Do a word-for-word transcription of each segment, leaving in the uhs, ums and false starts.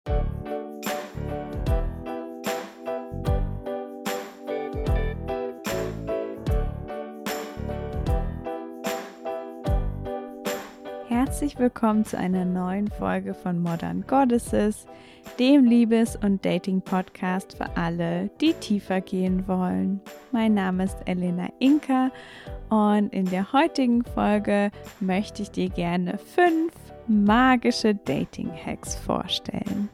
Herzlich willkommen zu einer neuen Folge von Modern Goddesses, dem Liebes- und Dating-Podcast für alle, die tiefer gehen wollen. Mein Name ist Elena Inka und in der heutigen Folge möchte ich dir gerne fünf magische Dating-Hacks vorstellen.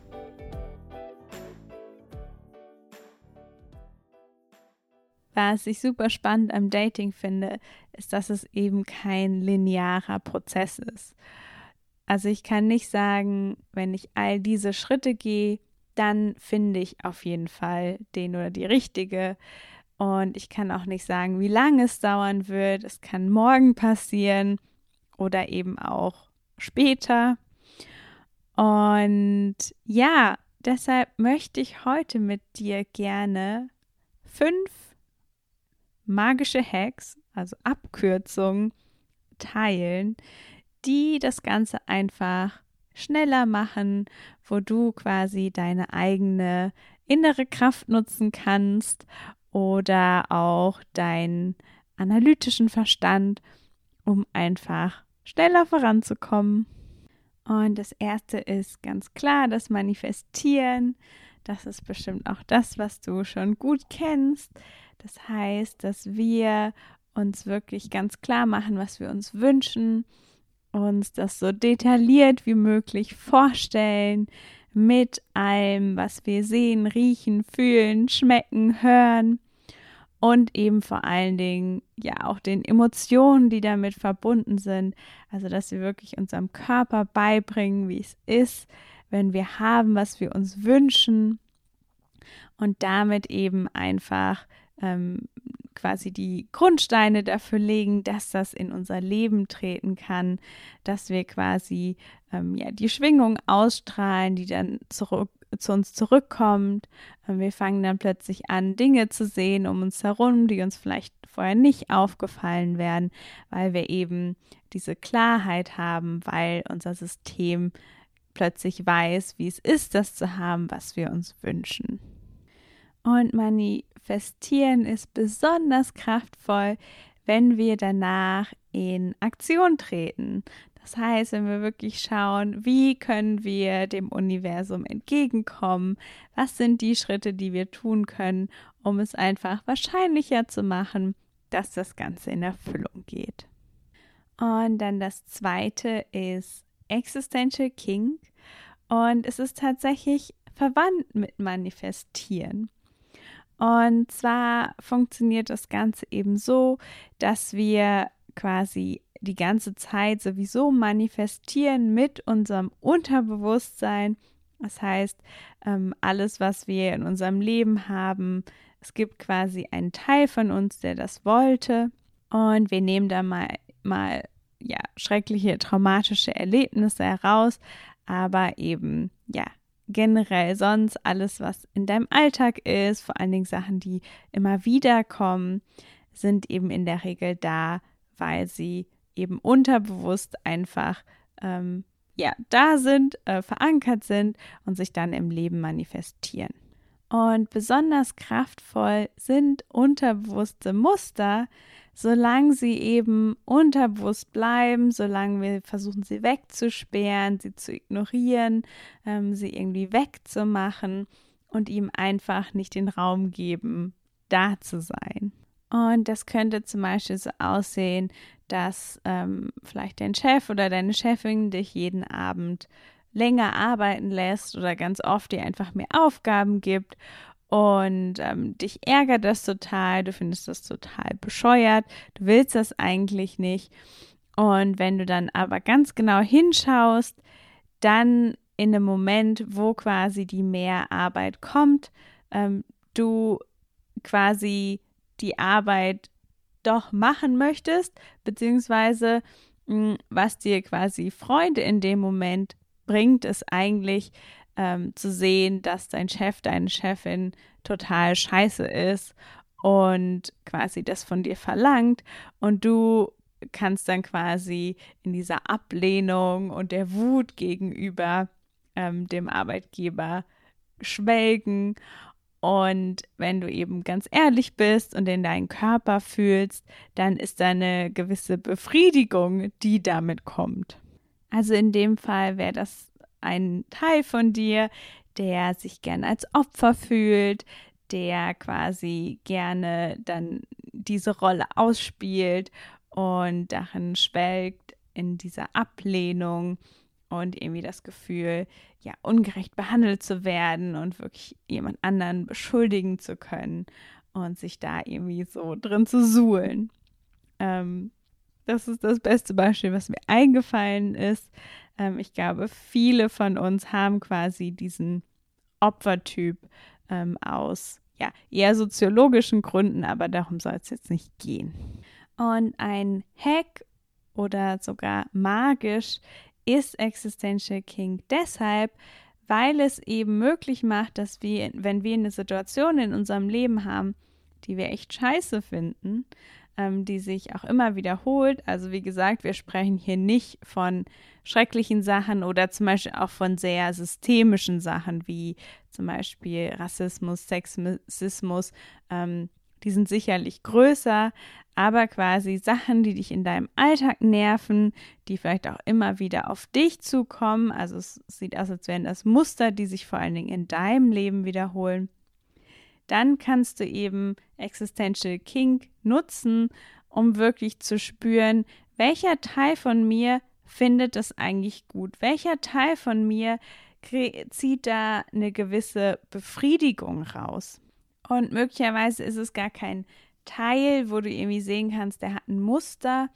Was ich super spannend am Dating finde, ist, dass es eben kein linearer Prozess ist. Also ich kann nicht sagen, wenn ich all diese Schritte gehe, dann finde ich auf jeden Fall den oder die richtige. Und ich kann auch nicht sagen, wie lange es dauern wird. Es kann morgen passieren oder eben auch später. Und ja, deshalb möchte ich heute mit dir gerne fünf magische Hacks, also Abkürzungen, teilen, die das Ganze einfach schneller machen, wo du quasi deine eigene innere Kraft nutzen kannst oder auch deinen analytischen Verstand, um einfach schneller voranzukommen. Und das erste ist ganz klar das Manifestieren. Das ist bestimmt auch das, was du schon gut kennst. Das heißt, dass wir uns wirklich ganz klar machen, was wir uns wünschen, uns das so detailliert wie möglich vorstellen, mit allem, was wir sehen, riechen, fühlen, schmecken, hören und eben vor allen Dingen ja auch den Emotionen, die damit verbunden sind. Also, dass wir wirklich unserem Körper beibringen, wie es ist, wenn wir haben, was wir uns wünschen und damit eben einfach ähm, quasi die Grundsteine dafür legen, dass das in unser Leben treten kann, dass wir quasi ähm, ja, die Schwingung ausstrahlen, die dann zurück, zu uns zurückkommt. Ähm, wir fangen dann plötzlich an, Dinge zu sehen um uns herum, die uns vielleicht vorher nicht aufgefallen wären, weil wir eben diese Klarheit haben, weil unser System plötzlich weiß, wie es ist, das zu haben, was wir uns wünschen. Und manifestieren ist besonders kraftvoll, wenn wir danach in Aktion treten. Das heißt, wenn wir wirklich schauen, wie können wir dem Universum entgegenkommen, was sind die Schritte, die wir tun können, um es einfach wahrscheinlicher zu machen, dass das Ganze in Erfüllung geht. Und dann das zweite ist Existential Kink und es ist tatsächlich verwandt mit Manifestieren. Und zwar funktioniert das Ganze eben so, dass wir quasi die ganze Zeit sowieso manifestieren mit unserem Unterbewusstsein. Das heißt, alles, was wir in unserem Leben haben, es gibt quasi einen Teil von uns, der das wollte. Und wir nehmen da mal, mal ja, schreckliche, traumatische Erlebnisse heraus, aber eben, ja, generell sonst alles, was in deinem Alltag ist, vor allen Dingen Sachen, die immer wieder kommen, sind eben in der Regel da, weil sie eben unterbewusst einfach ähm, ja, da sind, äh, verankert sind und sich dann im Leben manifestieren. Und besonders kraftvoll sind unterbewusste Muster, solange sie eben unterbewusst bleiben, solange wir versuchen, sie wegzusperren, sie zu ignorieren, ähm, sie irgendwie wegzumachen und ihm einfach nicht den Raum geben, da zu sein. Und das könnte zum Beispiel so aussehen, dass ähm, vielleicht dein Chef oder deine Chefin dich jeden Abend länger arbeiten lässt oder ganz oft dir einfach mehr Aufgaben gibt und ähm, dich ärgert das total, du findest das total bescheuert, du willst das eigentlich nicht und wenn du dann aber ganz genau hinschaust, dann in einem Moment, wo quasi die Mehrarbeit kommt, ähm, du quasi die Arbeit doch machen möchtest, beziehungsweise mh, was dir quasi Freude in dem Moment bringt es eigentlich ähm, zu sehen, dass dein Chef, deine Chefin total scheiße ist und quasi das von dir verlangt und du kannst dann quasi in dieser Ablehnung und der Wut gegenüber ähm, dem Arbeitgeber schwelgen. Und wenn du eben ganz ehrlich bist und in deinen Körper fühlst, dann ist da eine gewisse Befriedigung, die damit kommt. Also in dem Fall wäre das ein Teil von dir, der sich gerne als Opfer fühlt, der quasi gerne dann diese Rolle ausspielt und darin schwelgt in dieser Ablehnung und irgendwie das Gefühl, ja, ungerecht behandelt zu werden und wirklich jemand anderen beschuldigen zu können und sich da irgendwie so drin zu suhlen. Ähm, das ist das beste Beispiel, was mir eingefallen ist. Ähm, ich glaube, viele von uns haben quasi diesen Opfertyp ähm, aus ja, eher soziologischen Gründen, aber darum soll es jetzt nicht gehen. Und ein Hack oder sogar magisch ist Existential Kink deshalb, weil es eben möglich macht, dass wir, wenn wir eine Situation in unserem Leben haben, die wir echt scheiße finden, ähm, die sich auch immer wiederholt. Also wie gesagt, wir sprechen hier nicht von schrecklichen Sachen oder zum Beispiel auch von sehr systemischen Sachen wie zum Beispiel Rassismus, Sexismus. Ähm, die sind sicherlich größer, aber quasi Sachen, die dich in deinem Alltag nerven, die vielleicht auch immer wieder auf dich zukommen. Also es sieht aus, als wären das Muster, die sich vor allen Dingen in deinem Leben wiederholen. Dann kannst du eben Existential Kink nutzen, um wirklich zu spüren, welcher Teil von mir findet das eigentlich gut? Welcher Teil von mir zieht da eine gewisse Befriedigung raus? Und möglicherweise ist es gar kein Teil, wo du irgendwie sehen kannst, der hat ein Muster.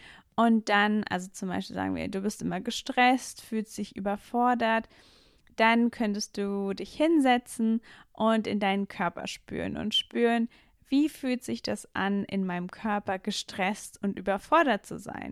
Und dann, also zum Beispiel sagen wir, du bist immer gestresst, fühlst dich überfordert. Dann könntest du dich hinsetzen und in deinen Körper spüren und spüren, wie fühlt sich das an, in meinem Körper gestresst und überfordert zu sein.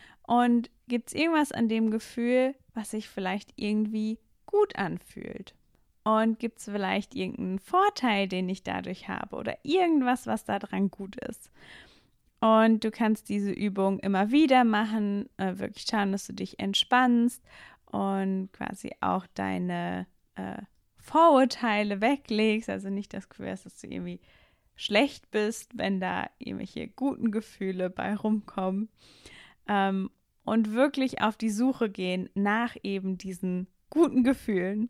Und gibt es irgendwas an dem Gefühl, was sich vielleicht irgendwie gut anfühlt? Und gibt es vielleicht irgendeinen Vorteil, den ich dadurch habe oder irgendwas, was daran gut ist? Und du kannst diese Übung immer wieder machen, äh, wirklich schauen, dass du dich entspannst und quasi auch deine äh, Vorurteile weglegst, also nicht das Gefühl hast, dass du irgendwie schlecht bist, wenn da irgendwelche guten Gefühle bei rumkommen. Ähm, und wirklich auf die Suche gehen nach eben diesen guten Gefühlen.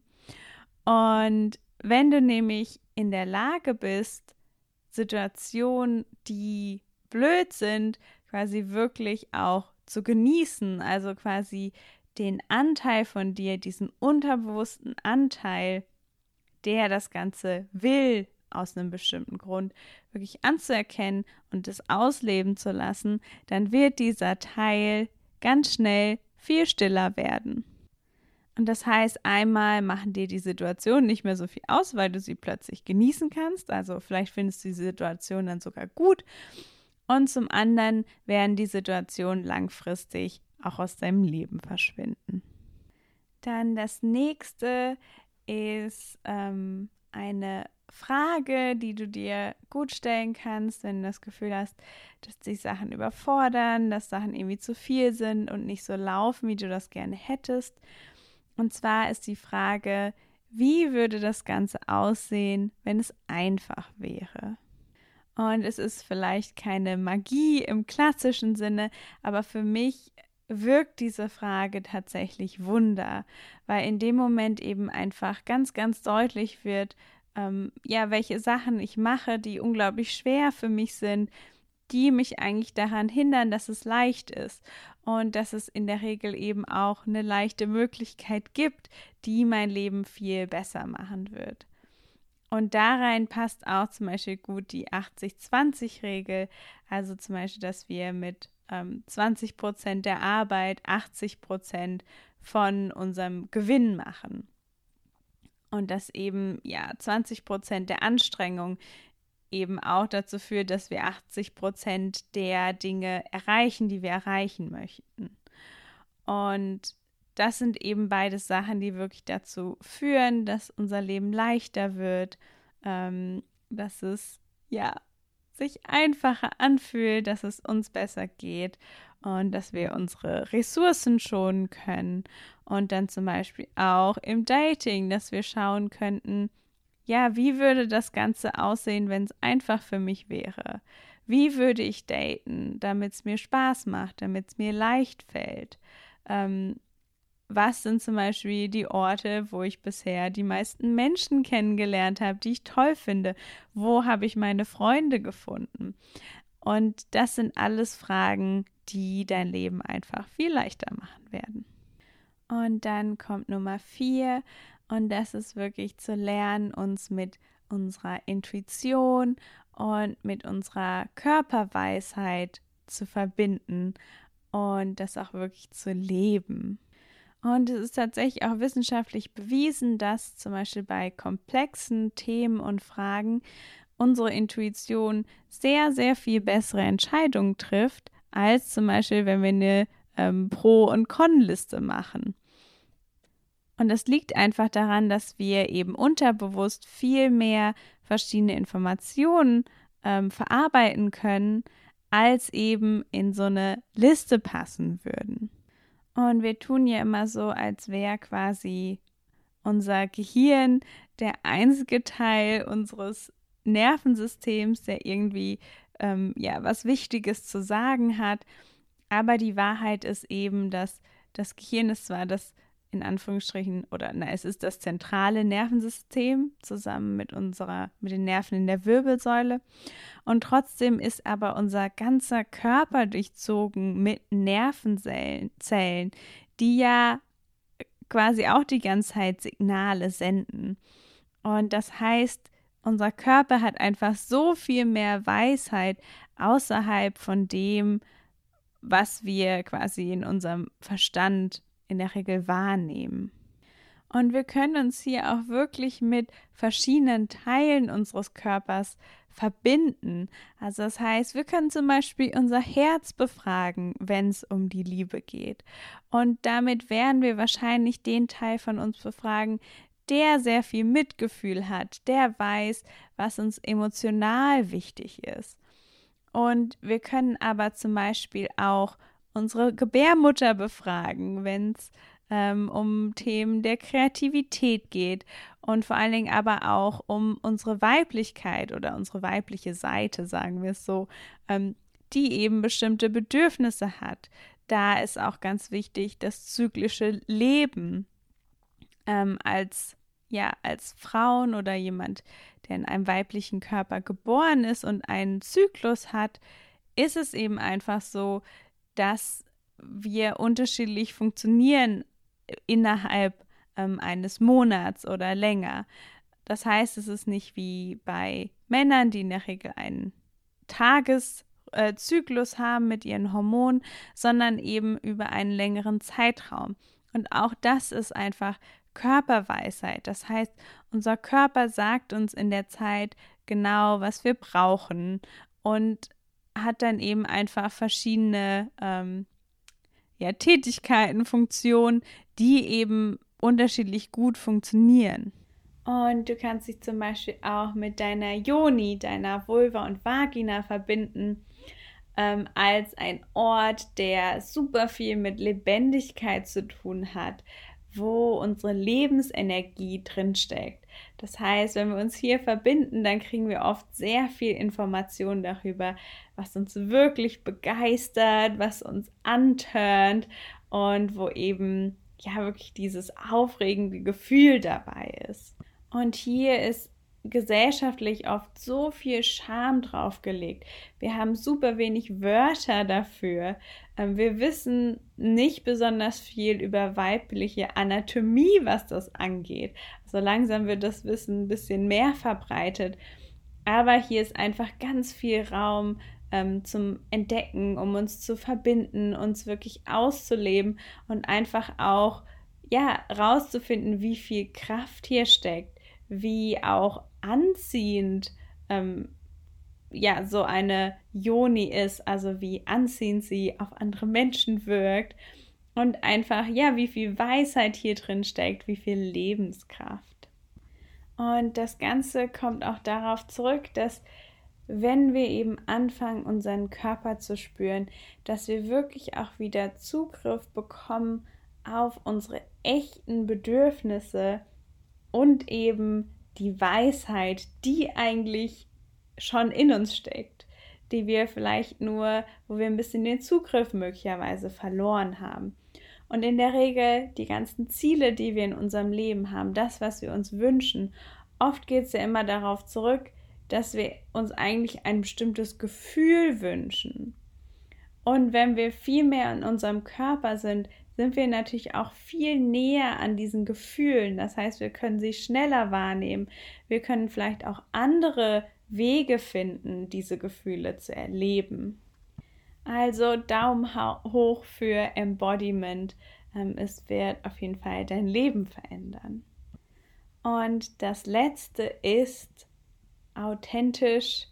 Und wenn du nämlich in der Lage bist, Situationen, die blöd sind, quasi wirklich auch zu genießen, also quasi den Anteil von dir, diesen unterbewussten Anteil, der das Ganze will, aus einem bestimmten Grund, wirklich anzuerkennen und es ausleben zu lassen, dann wird dieser Teil ganz schnell viel stiller werden. Und das heißt, einmal machen dir die Situation nicht mehr so viel aus, weil du sie plötzlich genießen kannst. Also vielleicht findest du die Situation dann sogar gut. Und zum anderen werden die Situationen langfristig auch aus deinem Leben verschwinden. Dann das nächste ist ähm, eine Frage, die du dir gut stellen kannst, wenn du das Gefühl hast, dass dich Sachen überfordern, dass Sachen irgendwie zu viel sind und nicht so laufen, wie du das gerne hättest. Und zwar ist die Frage, wie würde das Ganze aussehen, wenn es einfach wäre? Und es ist vielleicht keine Magie im klassischen Sinne, aber für mich wirkt diese Frage tatsächlich Wunder, weil in dem Moment eben einfach ganz, ganz deutlich wird, ähm, ja, welche Sachen ich mache, die unglaublich schwer für mich sind, die mich eigentlich daran hindern, dass es leicht ist und dass es in der Regel eben auch eine leichte Möglichkeit gibt, die mein Leben viel besser machen wird. Und da rein passt auch zum Beispiel gut die achtzig zwanzig Regel, also zum Beispiel, dass wir mit ähm, zwanzig Prozent der Arbeit achtzig Prozent von unserem Gewinn machen. Und dass eben ja zwanzig Prozent der Anstrengung eben auch dazu führt, dass wir achtzig Prozent der Dinge erreichen, die wir erreichen möchten. Und das sind eben beides Sachen, die wirklich dazu führen, dass unser Leben leichter wird, ähm, dass es ja sich einfacher anfühlt, dass es uns besser geht. und dass wir unsere Ressourcen schonen können. Und dann zum Beispiel auch im Dating, dass wir schauen könnten, ja, wie würde das Ganze aussehen, wenn es einfach für mich wäre? Wie würde ich daten, damit es mir Spaß macht, damit es mir leicht fällt? Ähm, was sind zum Beispiel die Orte, wo ich bisher die meisten Menschen kennengelernt habe, die ich toll finde? Wo habe ich meine Freunde gefunden? Und das sind alles Fragen, die dein Leben einfach viel leichter machen werden. Und dann kommt Nummer vier, und das ist wirklich zu lernen, uns mit unserer Intuition und mit unserer Körperweisheit zu verbinden und das auch wirklich zu leben. Und es ist tatsächlich auch wissenschaftlich bewiesen, dass zum Beispiel bei komplexen Themen und Fragen unsere Intuition sehr, sehr viel bessere Entscheidungen trifft, als zum Beispiel, wenn wir eine ähm, Pro- und Con-Liste machen. Und das liegt einfach daran, dass wir eben unterbewusst viel mehr verschiedene Informationen ähm, verarbeiten können, als eben in so eine Liste passen würden. Und wir tun ja immer so, als wäre quasi unser Gehirn der einzige Teil unseres Nervensystems, der irgendwie ähm, ja was Wichtiges zu sagen hat. Aber die Wahrheit ist eben, dass das Gehirn ist zwar das in Anführungsstrichen, oder na, es ist das zentrale Nervensystem zusammen mit unserer, mit den Nerven in der Wirbelsäule. Und trotzdem ist aber unser ganzer Körper durchzogen mit Nervenzellen, Zellen, die ja quasi auch die ganze Zeit Signale senden. Und das heißt, unser Körper hat einfach so viel mehr Weisheit außerhalb von dem, was wir quasi in unserem Verstand in der Regel wahrnehmen. Und wir können uns hier auch wirklich mit verschiedenen Teilen unseres Körpers verbinden. Also das heißt, wir können zum Beispiel unser Herz befragen, wenn es um die Liebe geht. Und damit werden wir wahrscheinlich den Teil von uns befragen, der sehr viel Mitgefühl hat, der weiß, was uns emotional wichtig ist. Und wir können aber zum Beispiel auch unsere Gebärmutter befragen, wenn es ähm, um Themen der Kreativität geht und vor allen Dingen aber auch um unsere Weiblichkeit oder unsere weibliche Seite, sagen wir es so, ähm, die eben bestimmte Bedürfnisse hat. Da ist auch ganz wichtig das zyklische Leben ähm, als ja, als Frauen oder jemand, der in einem weiblichen Körper geboren ist und einen Zyklus hat, ist es eben einfach so, dass wir unterschiedlich funktionieren innerhalb ähm, eines Monats oder länger. Das heißt, es ist nicht wie bei Männern, die in der Regel einen Tageszyklus äh, haben mit ihren Hormonen, sondern eben über einen längeren Zeitraum. Und auch das ist einfach Körperweisheit. Das heißt, unser Körper sagt uns in der Zeit genau, was wir brauchen und hat dann eben einfach verschiedene ähm, ja, Tätigkeiten, Funktionen, die eben unterschiedlich gut funktionieren. Und du kannst dich zum Beispiel auch mit deiner Yoni, deiner Vulva und Vagina verbinden, ähm, als ein Ort, der super viel mit Lebendigkeit zu tun hat, wo unsere Lebensenergie drinsteckt. Das heißt, wenn wir uns hier verbinden, dann kriegen wir oft sehr viel Information darüber, was uns wirklich begeistert, was uns antörnt und wo eben ja wirklich dieses aufregende Gefühl dabei ist. Und hier ist gesellschaftlich oft so viel Scham draufgelegt. Wir haben super wenig Wörter dafür. Wir wissen nicht besonders viel über weibliche Anatomie, was das angeht. Also langsam wird das Wissen ein bisschen mehr verbreitet. Aber hier ist einfach ganz viel Raum ähm, zum Entdecken, um uns zu verbinden, uns wirklich auszuleben und einfach auch ja, rauszufinden, wie viel Kraft hier steckt, wie auch anziehend ähm, ja, so eine Yoni ist, also wie anziehend sie auf andere Menschen wirkt und einfach, ja, wie viel Weisheit hier drin steckt, wie viel Lebenskraft. Und das Ganze kommt auch darauf zurück, dass wenn wir eben anfangen, unseren Körper zu spüren, dass wir wirklich auch wieder Zugriff bekommen auf unsere echten Bedürfnisse und eben die Weisheit, die eigentlich schon in uns steckt, die wir vielleicht nur, wo wir ein bisschen den Zugriff möglicherweise verloren haben. Und in der Regel die ganzen Ziele, die wir in unserem Leben haben, das, was wir uns wünschen, oft geht es ja immer darauf zurück, dass wir uns eigentlich ein bestimmtes Gefühl wünschen. Und wenn wir viel mehr in unserem Körper sind, sind wir natürlich auch viel näher an diesen Gefühlen. Das heißt, wir können sie schneller wahrnehmen. Wir können vielleicht auch andere Wege finden, diese Gefühle zu erleben. Also Daumen hoch für Embodiment. Es wird auf jeden Fall dein Leben verändern. Und das Letzte ist, authentisch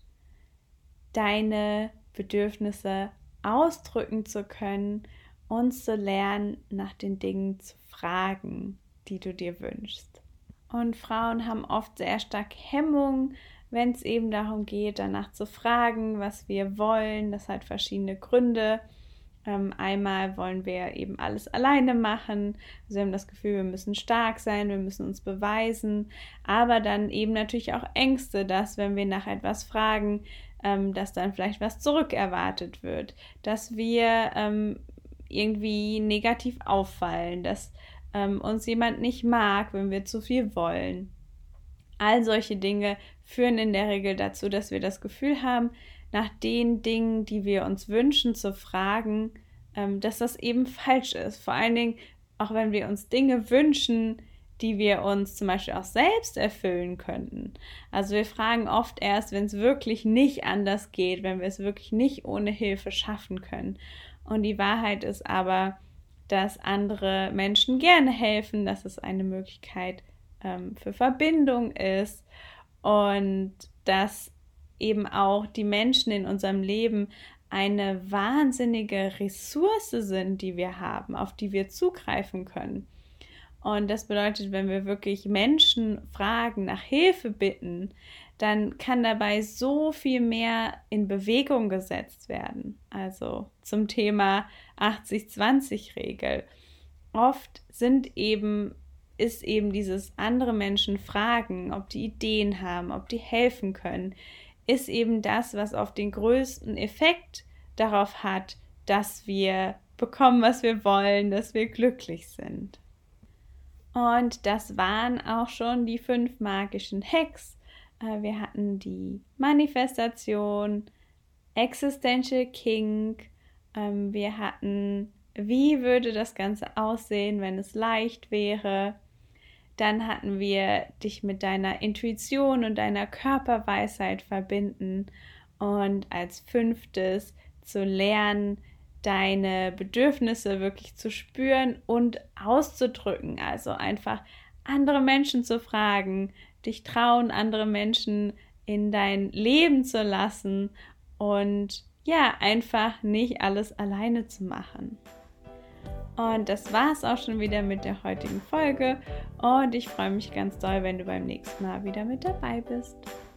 deine Bedürfnisse ausdrücken zu können und zu lernen, nach den Dingen zu fragen, die du dir wünschst. Und Frauen haben oft sehr stark Hemmung, wenn es eben darum geht, danach zu fragen, was wir wollen. Das hat verschiedene Gründe. Ähm, einmal wollen wir eben alles alleine machen. Also wir haben das Gefühl, wir müssen stark sein, wir müssen uns beweisen. Aber dann eben natürlich auch Ängste, dass wenn wir nach etwas fragen, ähm, dass dann vielleicht was zurückerwartet wird. Dass wir ähm, irgendwie negativ auffallen, dass ähm, uns jemand nicht mag, wenn wir zu viel wollen. All solche Dinge führen in der Regel dazu, dass wir das Gefühl haben, nach den Dingen, die wir uns wünschen, zu fragen, ähm, dass das eben falsch ist. Vor allen Dingen, auch wenn wir uns Dinge wünschen, die wir uns zum Beispiel auch selbst erfüllen könnten. Also wir fragen oft erst, wenn es wirklich nicht anders geht, wenn wir es wirklich nicht ohne Hilfe schaffen können. Und die Wahrheit ist aber, dass andere Menschen gerne helfen, dass es eine Möglichkeit ähm, für Verbindung ist und dass eben auch die Menschen in unserem Leben eine wahnsinnige Ressource sind, die wir haben, auf die wir zugreifen können. Und das bedeutet, wenn wir wirklich Menschen fragen, nach Hilfe bitten, dann kann dabei so viel mehr in Bewegung gesetzt werden. Also zum Thema achtzig zwanzig Regel. Oft sind eben, ist eben dieses andere Menschen fragen, ob die Ideen haben, ob die helfen können, ist eben das, was auf den größten Effekt darauf hat, dass wir bekommen, was wir wollen, dass wir glücklich sind. Und das waren auch schon die fünf magischen Hacks. Wir hatten die Manifestation, Existential Kink, wir hatten, wie würde das Ganze aussehen, wenn es leicht wäre. Dann hatten wir dich mit deiner Intuition und deiner Körperweisheit verbinden und als fünftes zu lernen, deine Bedürfnisse wirklich zu spüren und auszudrücken. Also einfach andere Menschen zu fragen, dich trauen, andere Menschen in dein Leben zu lassen und ja, einfach nicht alles alleine zu machen. Und das war es auch schon wieder mit der heutigen Folge und ich freue mich ganz doll, wenn du beim nächsten Mal wieder mit dabei bist.